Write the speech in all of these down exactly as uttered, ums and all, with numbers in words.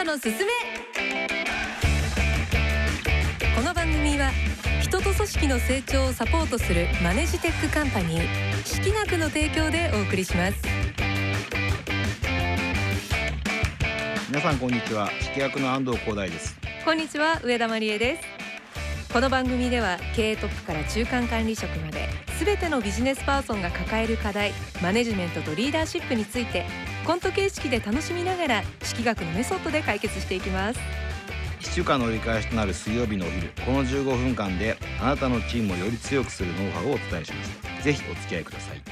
トのすすめ。この番組は人と組織の成長をサポートするマネジテックカンパニー識学の提供でお送りします。 皆さんこんにちは。識学の安藤光大です。 こんにちは、上田真理恵です。この番組では経営トップから中間管理職まで全てのビジネスパーソンが抱える課題、マネジメントとリーダーシップについてコント形式で楽しみながら識学のメソッドで解決していきます。 いっしゅうかんの折り返しとなる水曜日のお昼、このじゅうごふんかんであなたのチームをより強くするノウハウをお伝えします。ぜひお付き合いください。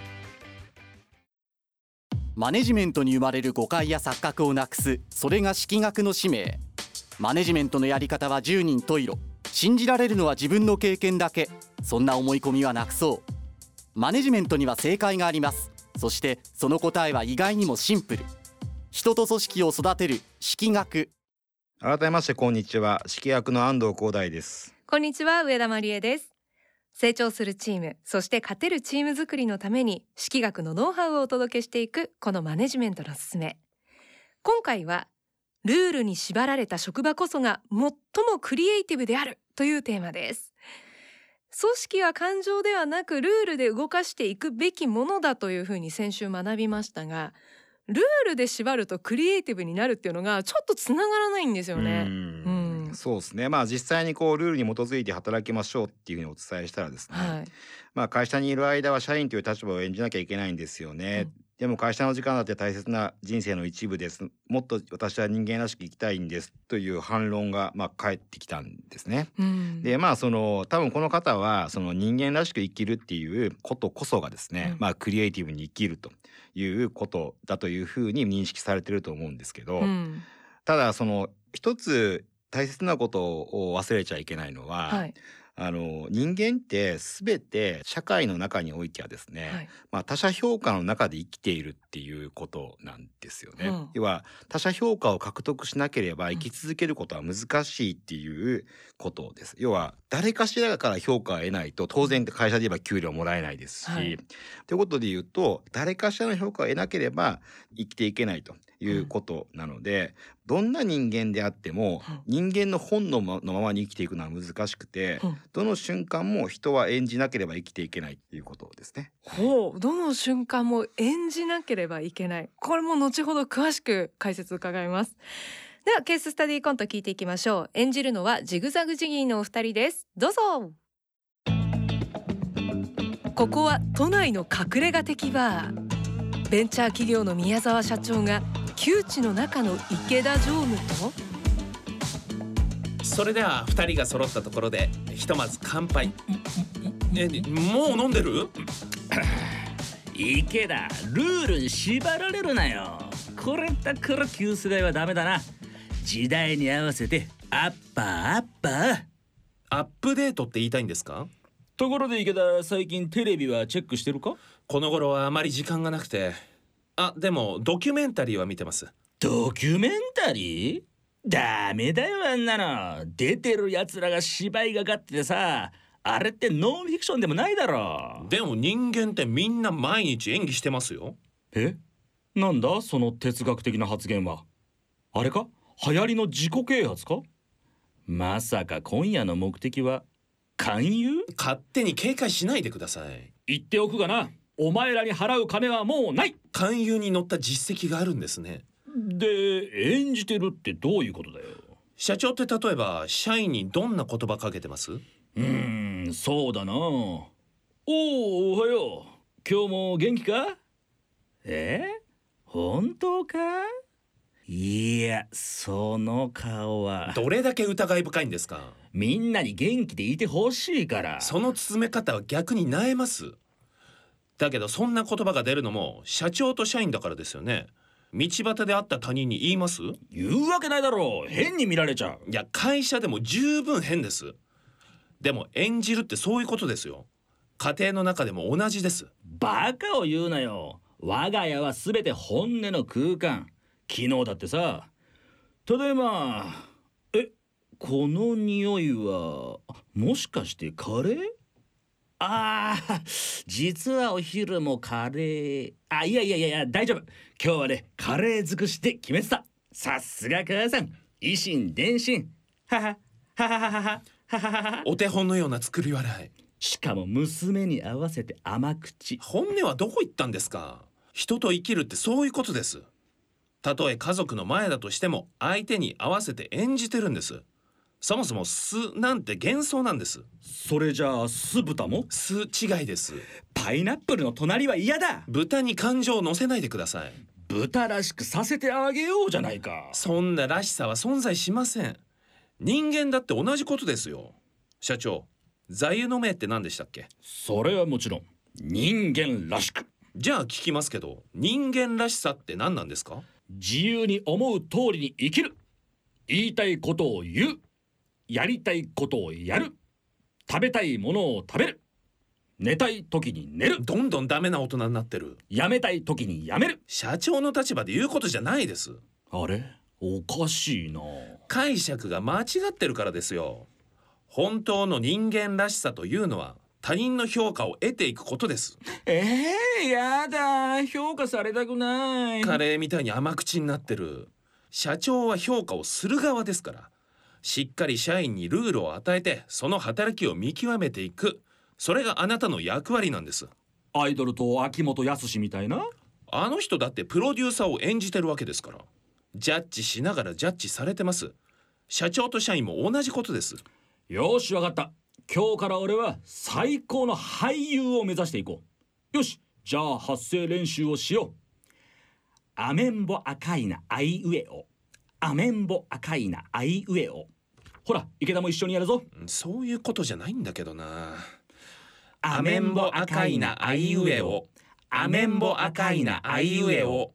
マネジメントに生まれる誤解や錯覚をなくす、それが識学の使命。マネジメントのやり方は十人十色、信じられるのは自分の経験だけ。そんな思い込みはなくそう。マネジメントには正解があります。そしてその答えは意外にもシンプル。人と組織を育てる識学。 改めましてこんにちは。識学の安藤光大です。 こんにちは、上田真理恵です。成長するチーム、そして勝てるチーム作りのために識学のノウハウをお届けしていくこのマネジメントのすすめ。今回はルールに縛られた職場こそが最もクリエイティブであるというテーマです。組織は感情ではなくルールで動かしていくべきものだというふうに先週学びましたが、ルールで縛るとクリエイティブになるっていうのがちょっとつながらないんですよね。 うんうんそうですね。まあ実際にこうルールに基づいて働きましょうっていうふうにお伝えしたらですね、はい、まあ会社にいる間は社員という立場を演じなきゃいけないんですよね、うん、でも会社の時間だって大切な人生の一部です。もっと私は人間らしく生きたいんですという反論がまあ返ってきたんですね、うん、でまあその多分この方はその人間らしく生きるっていうことこそがですね、うん、まあクリエイティブに生きるということだというふうに認識されてると思うんですけど、うん、ただその一つ大切なことを忘れちゃいけないのは、はい、あの人間って全て社会の中においてはですね、はい、まあ、他者評価の中で生きているっていうことなんですよね、うん、要は他者評価を獲得しなければ生き続けることは難しいっていうことです。要は誰かしらから評価を得ないと当然会社で言えば給料もらえないですし、はい、ということで言うと誰かしらの評価を得なければ生きていけないということなので、うん、どんな人間であっても、うん、人間の本能のままに生きていくのは難しくて、うん、どの瞬間も人は演じなければ生きていけないっていうことですね。 ほう、どの瞬間も演じなければいけない。これも後ほど詳しく解説伺います。ではケーススタディコント聞いていきましょう。演じるのはジグザグジギーのお二人です。どうぞ。ここは都内の隠れ家的バー。ベンチャー企業の宮沢社長が窮地の中の池田常務と、 それではふたりが揃ったところでひとまず乾杯。え、もう飲んでる？ 池田、ルールに縛られるなよ。これだから旧世代はダメだな。時代に合わせてアッパーアッパー。 アップデートって言いたいんですか？ ところで池田、最近テレビはチェックしてるか？ この頃はあまり時間がなくて。あ、でもドキュメンタリーは見てます。 ドキュメンタリー？ダメだよ、あんなの。出てるやつらが芝居がかっててさ、あれってノンフィクションでもないだろ。 でも人間ってみんな毎日演技してますよ。 え？なんだその哲学的な発言は。あれか？流行りの自己啓発か？まさか今夜の目的は勧誘？ 勝手に警戒しないでください。 言っておくがな、お前らに払う金はもうない。 勧誘に乗った実績があるんですね。 で、演じてるってどういうことだよ。 社長って例えば社員にどんな言葉かけてます？ うーん、そうだな。おお、おはよう。今日も元気か？え？本当か？いや、その顔は。 どれだけ疑い深いんですか？ みんなに元気でいてほしいから。 その詰め方は逆に萎えます。だけどそんな言葉が出るのも社長と社員だからですよね。道端で会った他人に言います？ 言うわけないだろう。変に見られちゃう。 いや、会社でも十分変です。でも演じるってそういうことですよ。家庭の中でも同じです。 バカを言うなよ。我が家はすべて本音の空間。昨日だってさ、ただいま。え、この匂いはもしかしてカレー？ああ、実はお昼もカレー。あ、いやいやいや、大丈夫。今日はね、カレー尽くしで決めてた。 さすが母さん、維心伝心。ははははははははは。 お手本のような作り笑い。 しかも娘に合わせて甘口。 本音はどこ行ったんですか。人と生きるってそういうことです。たとえ家族の前だとしても相手に合わせて演じてるんです。そもそも酢なんて幻想なんです。 それじゃあ酢豚も？ 酢違いです。 パイナップルの隣は嫌だ。 豚に感情を乗せないでください。 豚らしくさせてあげようじゃないか。 そんならしさは存在しません。人間だって同じことですよ。社長、座右の銘って何でしたっけ？ それはもちろん人間らしく。 じゃあ聞きますけど、人間らしさって何なんですか？ 自由に思う通りに生きる。言いたいことを言う。やりたいことをやる。食べたいものを食べる。寝たい時に寝る。 どんどんダメな大人になってる。 やめたい時にやめる。 社長の立場で言うことじゃないです。 あれ、おかしいな。 解釈が間違ってるからですよ。本当の人間らしさというのは他人の評価を得ていくことです。 えー、やだ、評価されたくない。 カレーみたいに甘口になってる。社長は評価をする側ですから、しっかり社員にルールを与えてその働きを見極めていく。それがあなたの役割なんです。 アイドルと秋元康みたいな。 あの人だってプロデューサーを演じてるわけですから、ジャッジしながらジャッジされてます。社長と社員も同じことです。 よし、わかった。今日から俺は最高の俳優を目指していこう。よし、じゃあ発声練習をしよう。アメンボ赤いなあいうえお。アメンボ赤いなあいうえお。ほら、池田も一緒にやるぞ。 そういうことじゃないんだけどな。 アメンボ赤いなあいうえお。アメンボ赤いなあいうえお。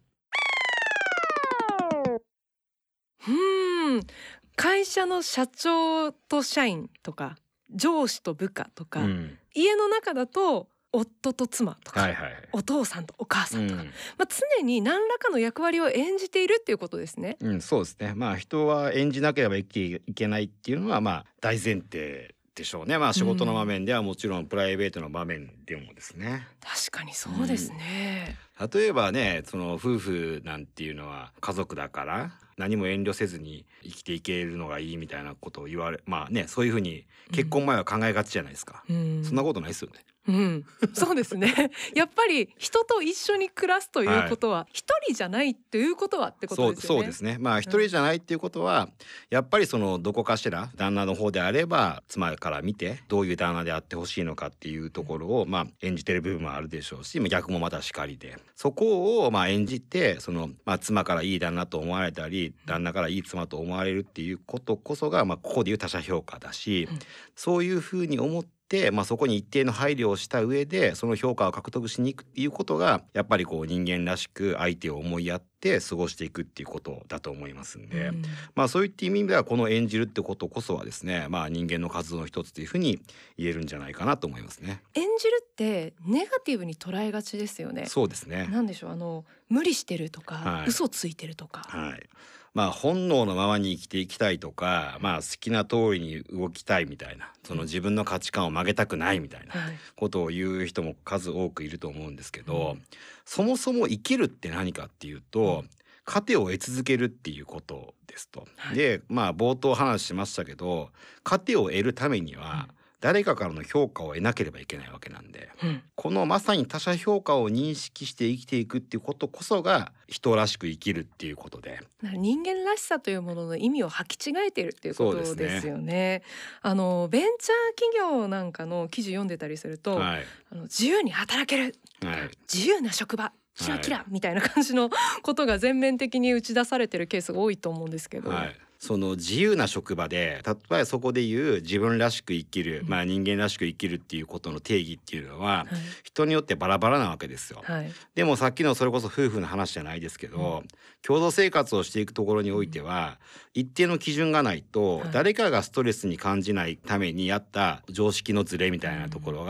うーん、会社の社長と社員とか上司と部下とか、うん、家の中だと夫と妻とか、はいはい、お父さんとお母さんとか、うん、まあ、常に何らかの役割を演じているっていうことですね。 うん、そうですね。まあ人は演じなければいけないっていうのはまあ大前提でしょうね。まあ仕事の場面ではもちろんプライベートの場面でもですね。 確かにそうですね。 うん、例えばね、その夫婦なんていうのは家族だから何も遠慮せずに生きていけるのがいいみたいなことを言われ、まあね、そういうふうに結婚前は考えがちじゃないですか。うん、そんなことないですよね。 うん、そうですね。やっぱり人と一緒に暮らすということは一人じゃないということはってことですよね。 そう、そうですね。まあ一人じゃないっていうことは、うん、やっぱりそのどこかしら旦那の方であれば妻から見てどういう旦那であってほしいのかっていうところをまあ演じてる部分もあるでしょうし、逆もまたしかりで、そこをまあ演じてそのまあ妻からいい旦那と思われたり旦那からいい妻と思われるっていうことこそがまあここでいう他者評価だし、うん、そういうふうに思ってでまあ、そこに一定の配慮をした上でその評価を獲得しに行くっていうことがやっぱりこう人間らしく相手を思いやって過ごしていくっていうことだと思いますんで、うん、まあそういった意味ではこの演じるってことこそはですね、まあ人間の活動の一つというふうに言えるんじゃないかなと思いますね。 演じるってネガティブに捉えがちですよね。 そうですね。 なんでしょう、あの無理してるとか、はい、嘘ついてるとか、 はい、まあ本能のままに生きていきたいとか、まあ好きな通りに動きたいみたいな、その自分の価値観を曲げたくないみたいなことを言う人も数多くいると思うんですけど、うん、そもそも生きるって何かっていうと、糧を得続けるっていうことですと。はい、でまあ冒頭話しましたけど、糧を得るためには、うん、誰かからの評価を得なければいけないわけなんで、うん、このまさに他者評価を認識して生きていくっていうことこそが人らしく生きるっていうことで、 人間らしさというものの意味を履き違えているっていうことですよ ね, ねあのベンチャー企業なんかの記事読んでたりすると、はい、あの自由に働ける、はい、自由な職場キラキラみたいな感じのことが全面的に打ち出されてるケースが多いと思うんですけど、はい、 その自由な職場で例えばそこで言う自分らしく生きる、うん、まあ人間らしく生きるっていうことの定義っていうのは、はい、人によってバラバラなわけですよ、はい、でもさっきのそれこそ夫婦の話じゃないですけど、うん、共同生活をしていくところにおいては、うん、一定の基準がないと、はい、誰かがストレスに感じないためにやった常識のズレみたいなところが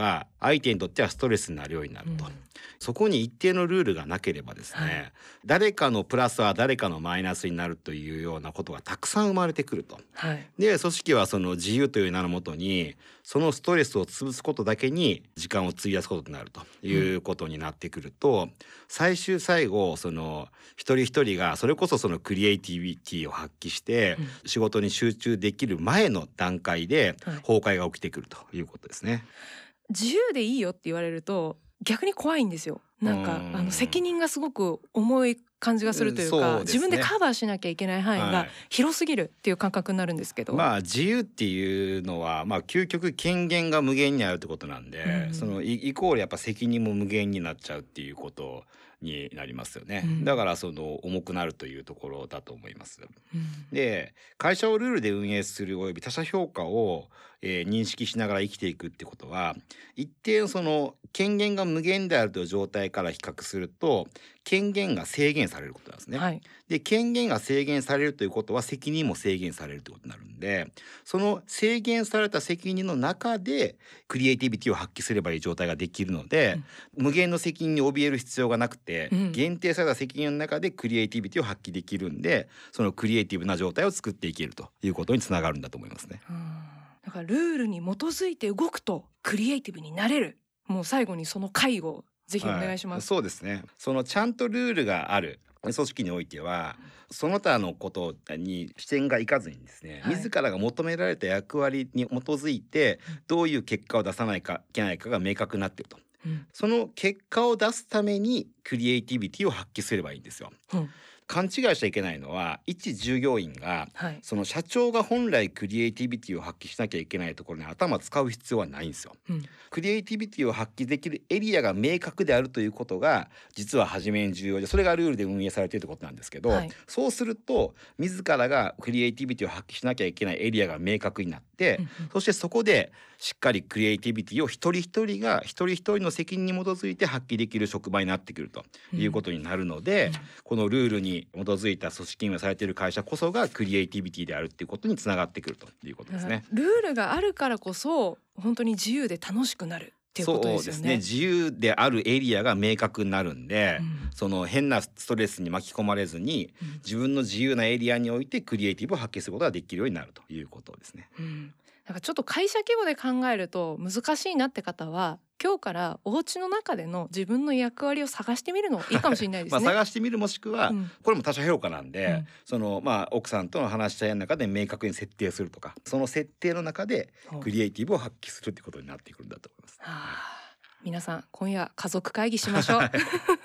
相手にとってはストレスになるようになると、うん、そこに一定のルールがなければですね、はい、誰かのプラスは誰かのマイナスになるというようなことがたくさん生まれてくると、はい、で組織はその自由という名のもとにそのストレスを潰すことだけに時間を費やすことになるということになってくると、うん、最終最後その一人一人がそれこそそのクリエイティビティを発揮して仕事に集中できる前の段階で崩壊が起きてくるということですね。 自由でいいよって言われると逆に怖いんですよ。なんかあの責任がすごく重い感じがするというか、うん、自分でカバーしなきゃいけない範囲が広すぎるっていう感覚になるんですけど、 まあ自由っていうのはまあ究極権限が無限にあるってことなんで、うん、そのイコールやっぱ責任も無限になっちゃうっていうことになりますよね、うん、だからその重くなるというところだと思います、うん、で会社をルールで運営するおよび他者評価を、えー、認識しながら生きていくってことは一定その権限が無限であるという状態から比較すると権限が制限されることなんですね、はい、で権限が制限されるということは責任も制限されるということになるんでその制限された責任の中でクリエイティビティを発揮すればいい状態ができるので、うん、無限の責任に怯える必要がなくて、うん、限定された責任の中でクリエイティビティを発揮できるんでそのクリエイティブな状態を作っていけるということにつながるんだと思いますね。 うん、だからルールに基づいて動くとクリエイティブになれる。もう最後にその介護ぜひお願いします、 はい、そうですね。そのちゃんとルールがある組織においてはその他のことに視点がいかずにですね、はい、自らが求められた役割に基づいてどういう結果を出さないかいけないかが明確になっていると、うん、その結果を出すためにクリエイティビティを発揮すればいいんですよ、うん、勘違いしちゃいけないのは一従業員が、はい、その社長が本来クリエイティビティを発揮しなきゃいけないところに頭使う必要はないんですよ、うん、クリエイティビティを発揮できるエリアが明確であるということが実は初めに重要でそれがルールで運営されているということなんですけど、はい、そうすると自らがクリエイティビティを発揮しなきゃいけないエリアが明確になって、うん、そしてそこでしっかりクリエイティビティを一人一人が一人一人の責任に基づいて発揮できる職場になってくるということになるので、うん、このルールに基づいた組織運営されている会社こそがクリエイティビティであるっていうことにつながってくるということですね。 ルールがあるからこそ本当に自由で楽しくなるっていうことですよね。 そうですね。自由であるエリアが明確になるんで、うん、その変なストレスに巻き込まれずに、うん、自分の自由なエリアにおいてクリエイティブを発揮することができるようになるということですね、うん、 なんかちょっと会社規模で考えると難しいなって方は今日からお家の中での自分の役割を探してみるのいいかもしれないですねまあ探してみるもしくは、うん、これも他者評価なんで、うん、そのまあ奥さんとの話し合いの中で明確に設定するとかその設定の中でクリエイティブを発揮するってことになっていくんだと思います、はあ、皆さん今夜家族会議しましょう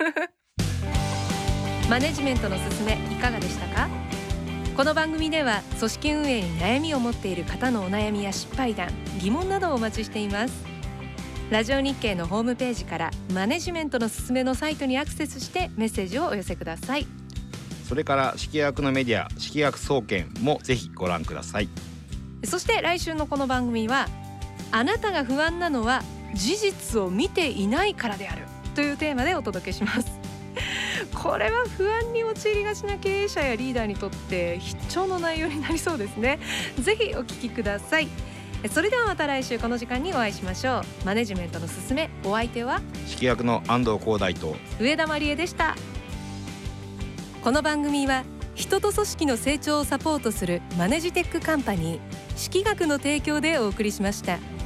マネジメントのすすめいかがでしたか？この番組では組織運営に悩みを持っている方のお悩みや失敗談、疑問などをお待ちしています。ラジオ日経のホームページからマネジメントのすすめのサイトにアクセスしてメッセージをお寄せください。 それから識学のメディア識学総研もぜひご覧ください。 そして来週のこの番組はあなたが不安なのは事実を見ていないからであるというテーマでお届けします。これは不安に陥りがちな経営者やリーダーにとって必聴の内容になりそうですね。ぜひお聞きください。それではまた来週この時間にお会いしましょう。マネジメントのすすめ、お相手は識学の安藤光大と上田まりえでした。この番組は人と組織の成長をサポートするマネジテックカンパニー識学の提供でお送りしました。